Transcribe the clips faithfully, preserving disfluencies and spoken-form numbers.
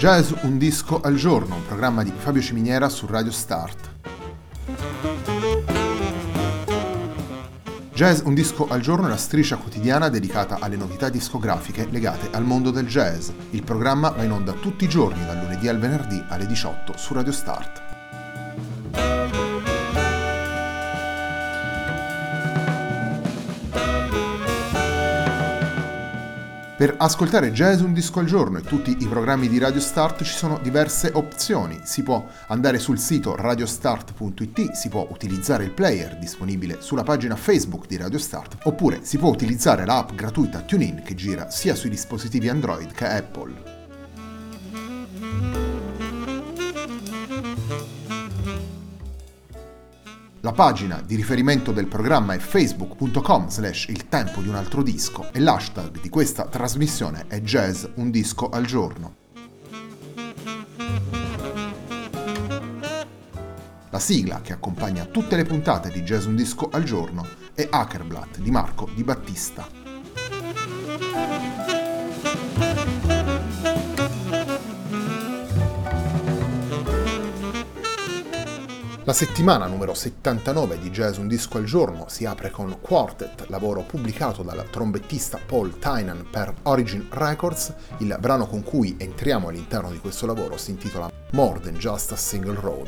Jazz un disco al giorno, un programma di Fabio Ciminiera su Radio Start. Jazz un disco al giorno è la striscia quotidiana dedicata alle novità discografiche legate al mondo del jazz. Il programma va in onda tutti i giorni, dal lunedì al venerdì alle diciotto su Radio Start. Per ascoltare Jazz un disco al giorno e tutti i programmi di Radio Start ci sono diverse opzioni. Si può andare sul sito radiostart punto it, si può utilizzare il player disponibile sulla pagina Facebook di Radio Start, oppure si può utilizzare l'app gratuita TuneIn che gira sia sui dispositivi Android che Apple. La pagina di riferimento del programma è facebook punto com slash il tempo di un altro disco e l'hashtag di questa trasmissione è Jazz un disco al giorno. La sigla che accompagna tutte le puntate di Jazz un disco al giorno è Hackerblatt di Marco Di Battista. La settimana numero settantanove di Jazz un disco al giorno si apre con Quartet, lavoro pubblicato dal trombettista Paul Tynan per Origin Records. Il brano con cui entriamo all'interno di questo lavoro si intitola More Than Just a Single Road.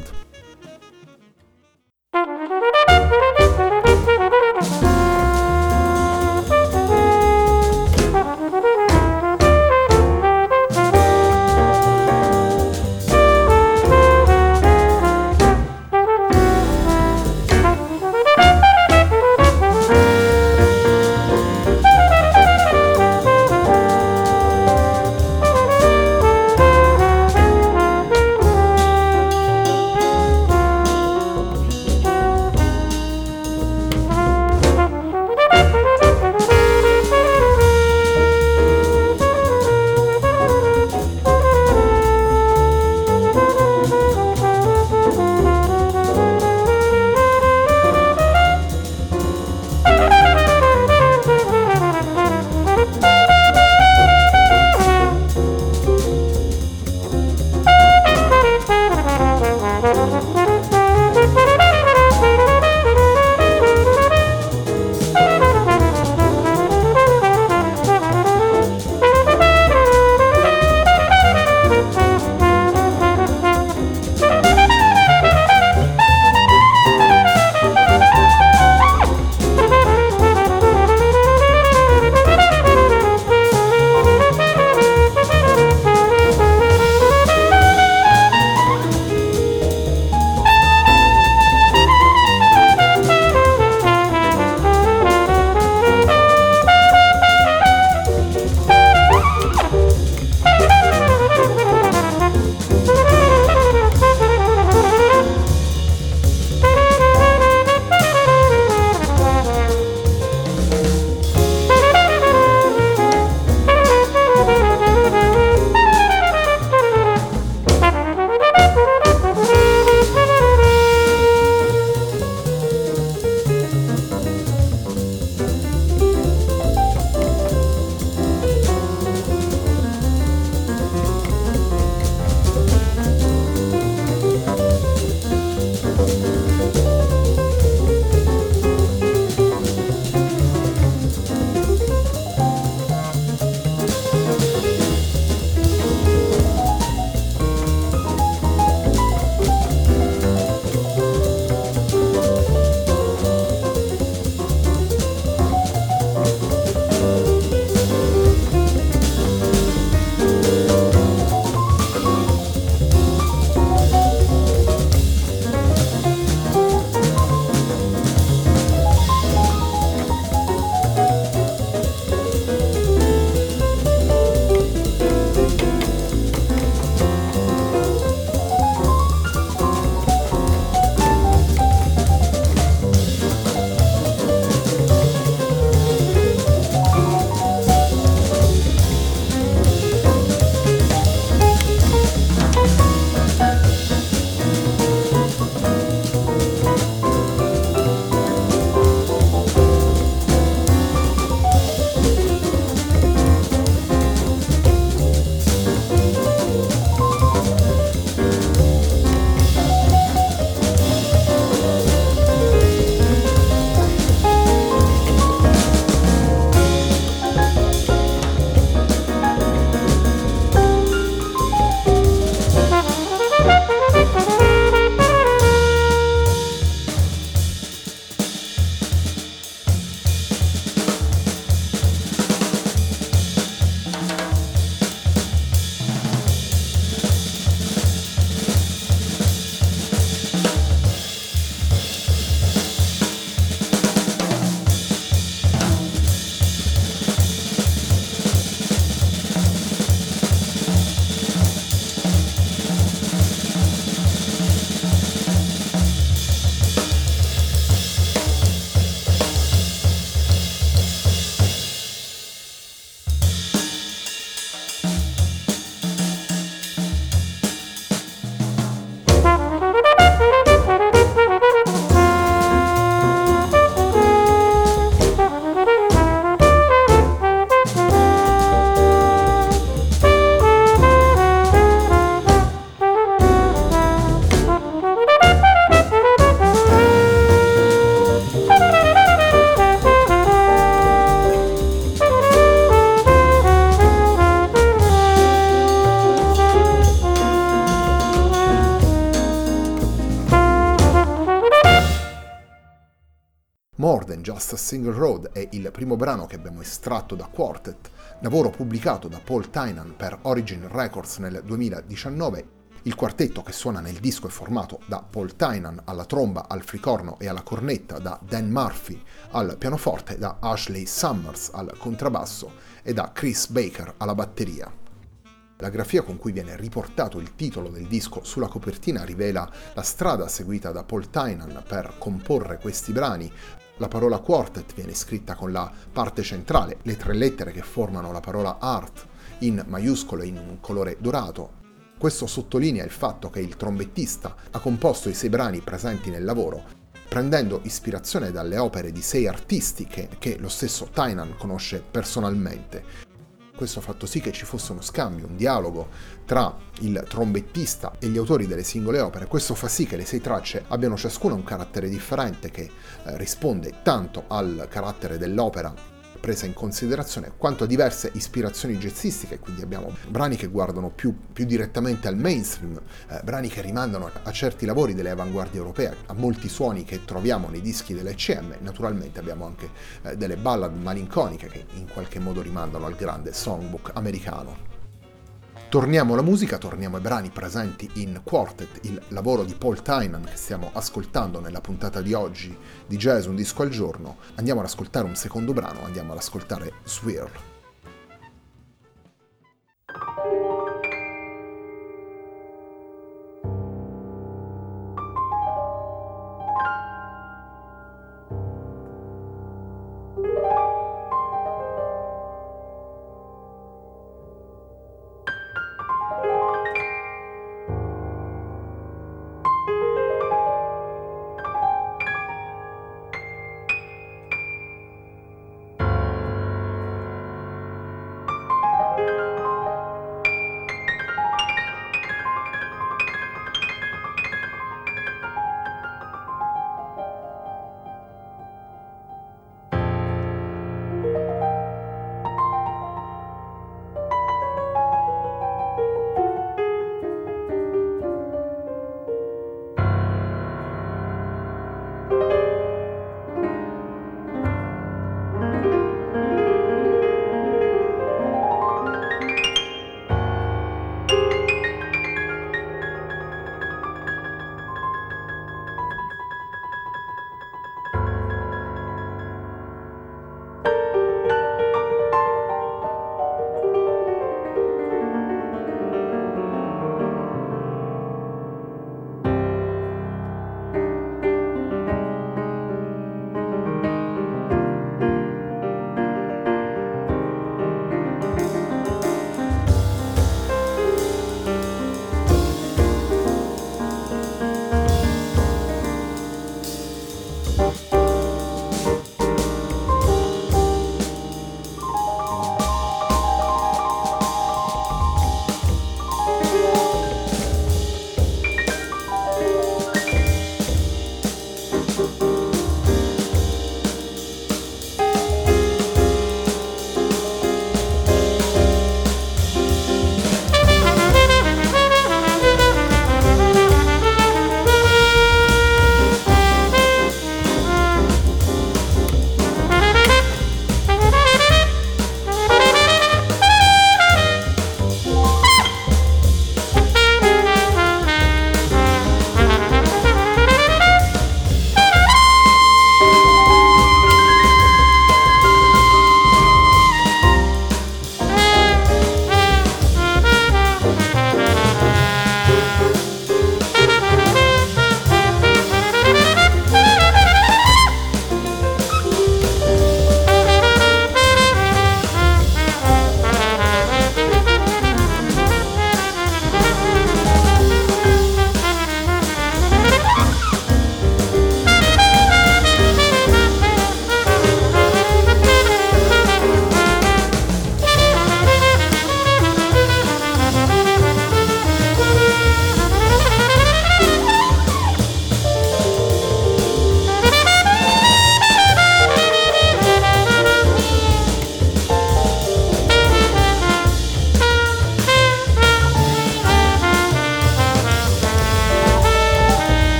More Than Just a Single Road è il primo brano che abbiamo estratto da Quartet, lavoro pubblicato da Paul Tynan per Origin Records nel duemiladiciannove. Il quartetto che suona nel disco è formato da Paul Tynan alla tromba, al flicorno e alla cornetta, da Dan Murphy al pianoforte, da Ashley Summers al contrabbasso e da Chris Baker alla batteria. La grafia con cui viene riportato il titolo del disco sulla copertina rivela la strada seguita da Paul Tynan per comporre questi brani. La parola quartet viene scritta con la parte centrale, le tre lettere che formano la parola art, in maiuscolo e in un colore dorato. Questo sottolinea il fatto che il trombettista ha composto i sei brani presenti nel lavoro, prendendo ispirazione dalle opere di sei artisti che, che lo stesso Tynan conosce personalmente. Questo ha fatto sì che ci fosse uno scambio, un dialogo tra il trombettista e gli autori delle singole opere. Questo fa sì che le sei tracce abbiano ciascuna un carattere differente che eh, risponde tanto al carattere dell'opera presa in considerazione quanto a diverse ispirazioni jazzistiche, quindi abbiamo brani che guardano più, più direttamente al mainstream, eh, brani che rimandano a certi lavori delle avanguardie europee, a molti suoni che troviamo nei dischi dell'E C M. Naturalmente abbiamo anche eh, delle ballad malinconiche che in qualche modo rimandano al grande songbook americano. Torniamo alla musica, torniamo ai brani presenti in Quartet, il lavoro di Paul Tynan che stiamo ascoltando nella puntata di oggi di Jazz Un Disco al Giorno. Andiamo ad ascoltare un secondo brano, andiamo ad ascoltare Swirl.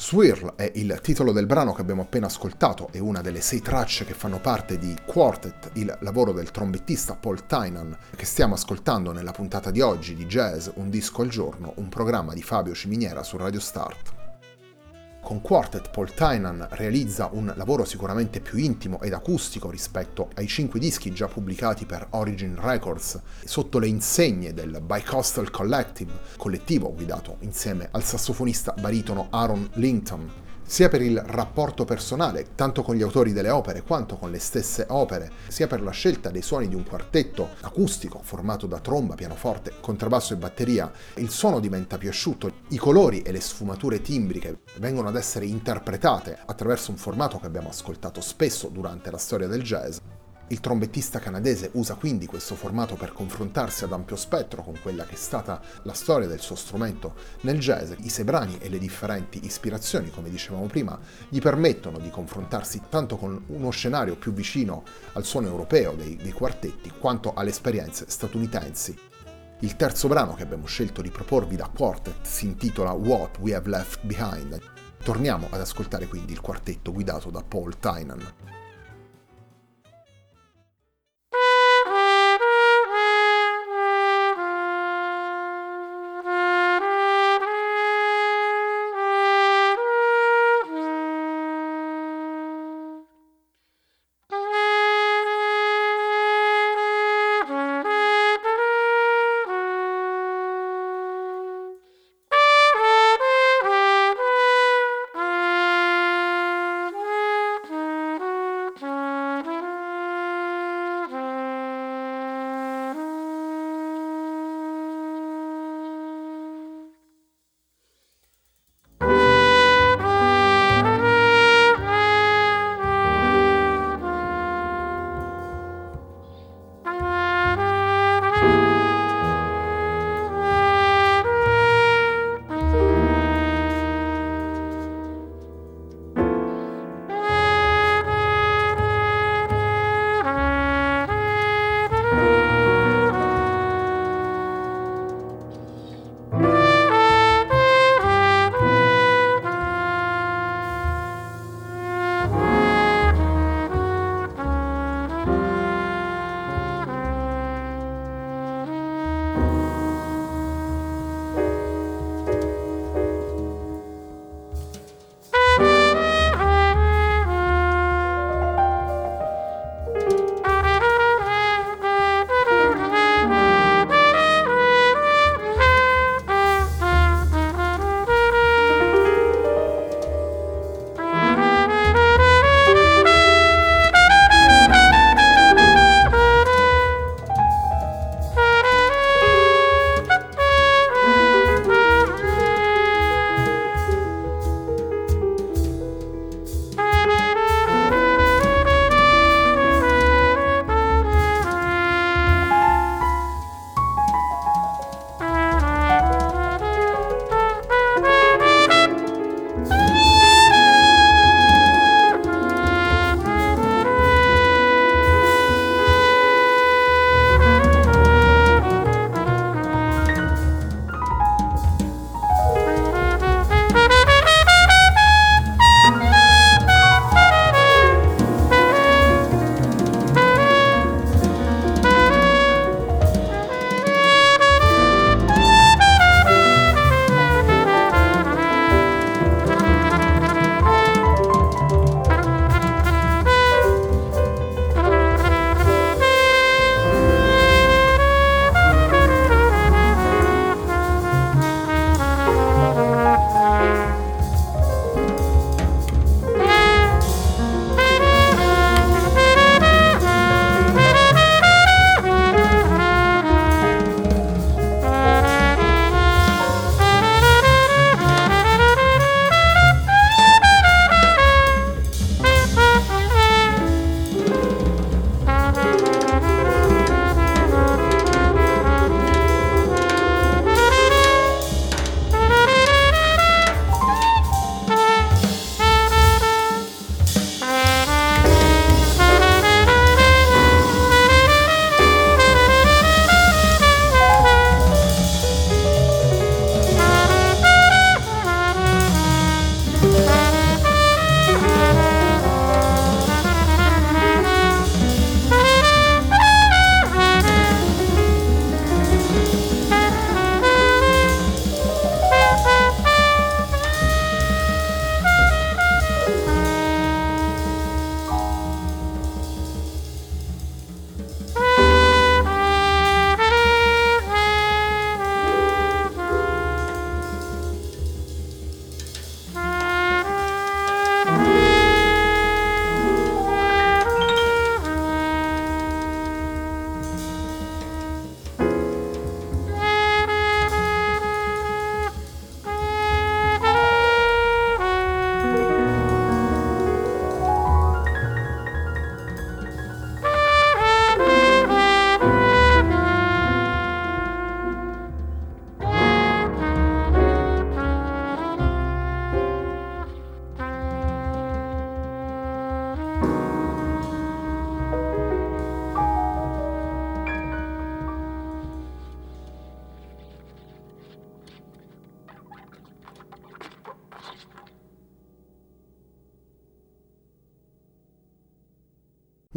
Swirl è il titolo del brano che abbiamo appena ascoltato, è una delle sei tracce che fanno parte di Quartet, il lavoro del trombettista Paul Tynan, che stiamo ascoltando nella puntata di oggi di Jazz Un Disco al Giorno, un programma di Fabio Ciminiera su Radio Start. Con Quartet Paul Tynan realizza un lavoro sicuramente più intimo ed acustico rispetto ai cinque dischi già pubblicati per Origin Records sotto le insegne del Bicoastal Collective, collettivo guidato insieme al sassofonista baritono Aaron Linton. Sia per il rapporto personale, tanto con gli autori delle opere quanto con le stesse opere, sia per la scelta dei suoni di un quartetto acustico formato da tromba, pianoforte, contrabbasso e batteria, il suono diventa più asciutto, i colori e le sfumature timbriche vengono ad essere interpretate attraverso un formato che abbiamo ascoltato spesso durante la storia del jazz. Il trombettista canadese usa quindi questo formato per confrontarsi ad ampio spettro con quella che è stata la storia del suo strumento nel jazz. I sei brani e le differenti ispirazioni, come dicevamo prima, gli permettono di confrontarsi tanto con uno scenario più vicino al suono europeo dei, dei quartetti, quanto alle esperienze statunitensi. Il terzo brano che abbiamo scelto di proporvi da Quartet si intitola What We Have Left Behind. Torniamo ad ascoltare quindi il quartetto guidato da Paul Tynan.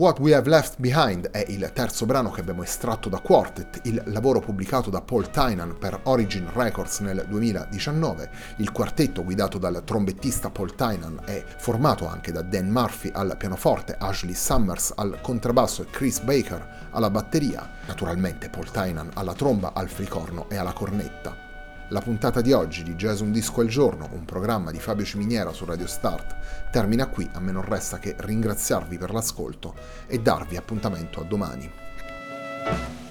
What We Have Left Behind è il terzo brano che abbiamo estratto da Quartet, il lavoro pubblicato da Paul Tynan per Origin Records nel duemiladiciannove. Il quartetto, guidato dal trombettista Paul Tynan, è formato anche da Dan Murphy al pianoforte, Ashley Summers al contrabbasso e Chris Baker alla batteria, naturalmente Paul Tynan alla tromba, al flicorno e alla cornetta. La puntata di oggi di Jazz Un Disco al Giorno, un programma di Fabio Ciminiera su Radio Start, termina qui. A me non resta che ringraziarvi per l'ascolto e darvi appuntamento a domani.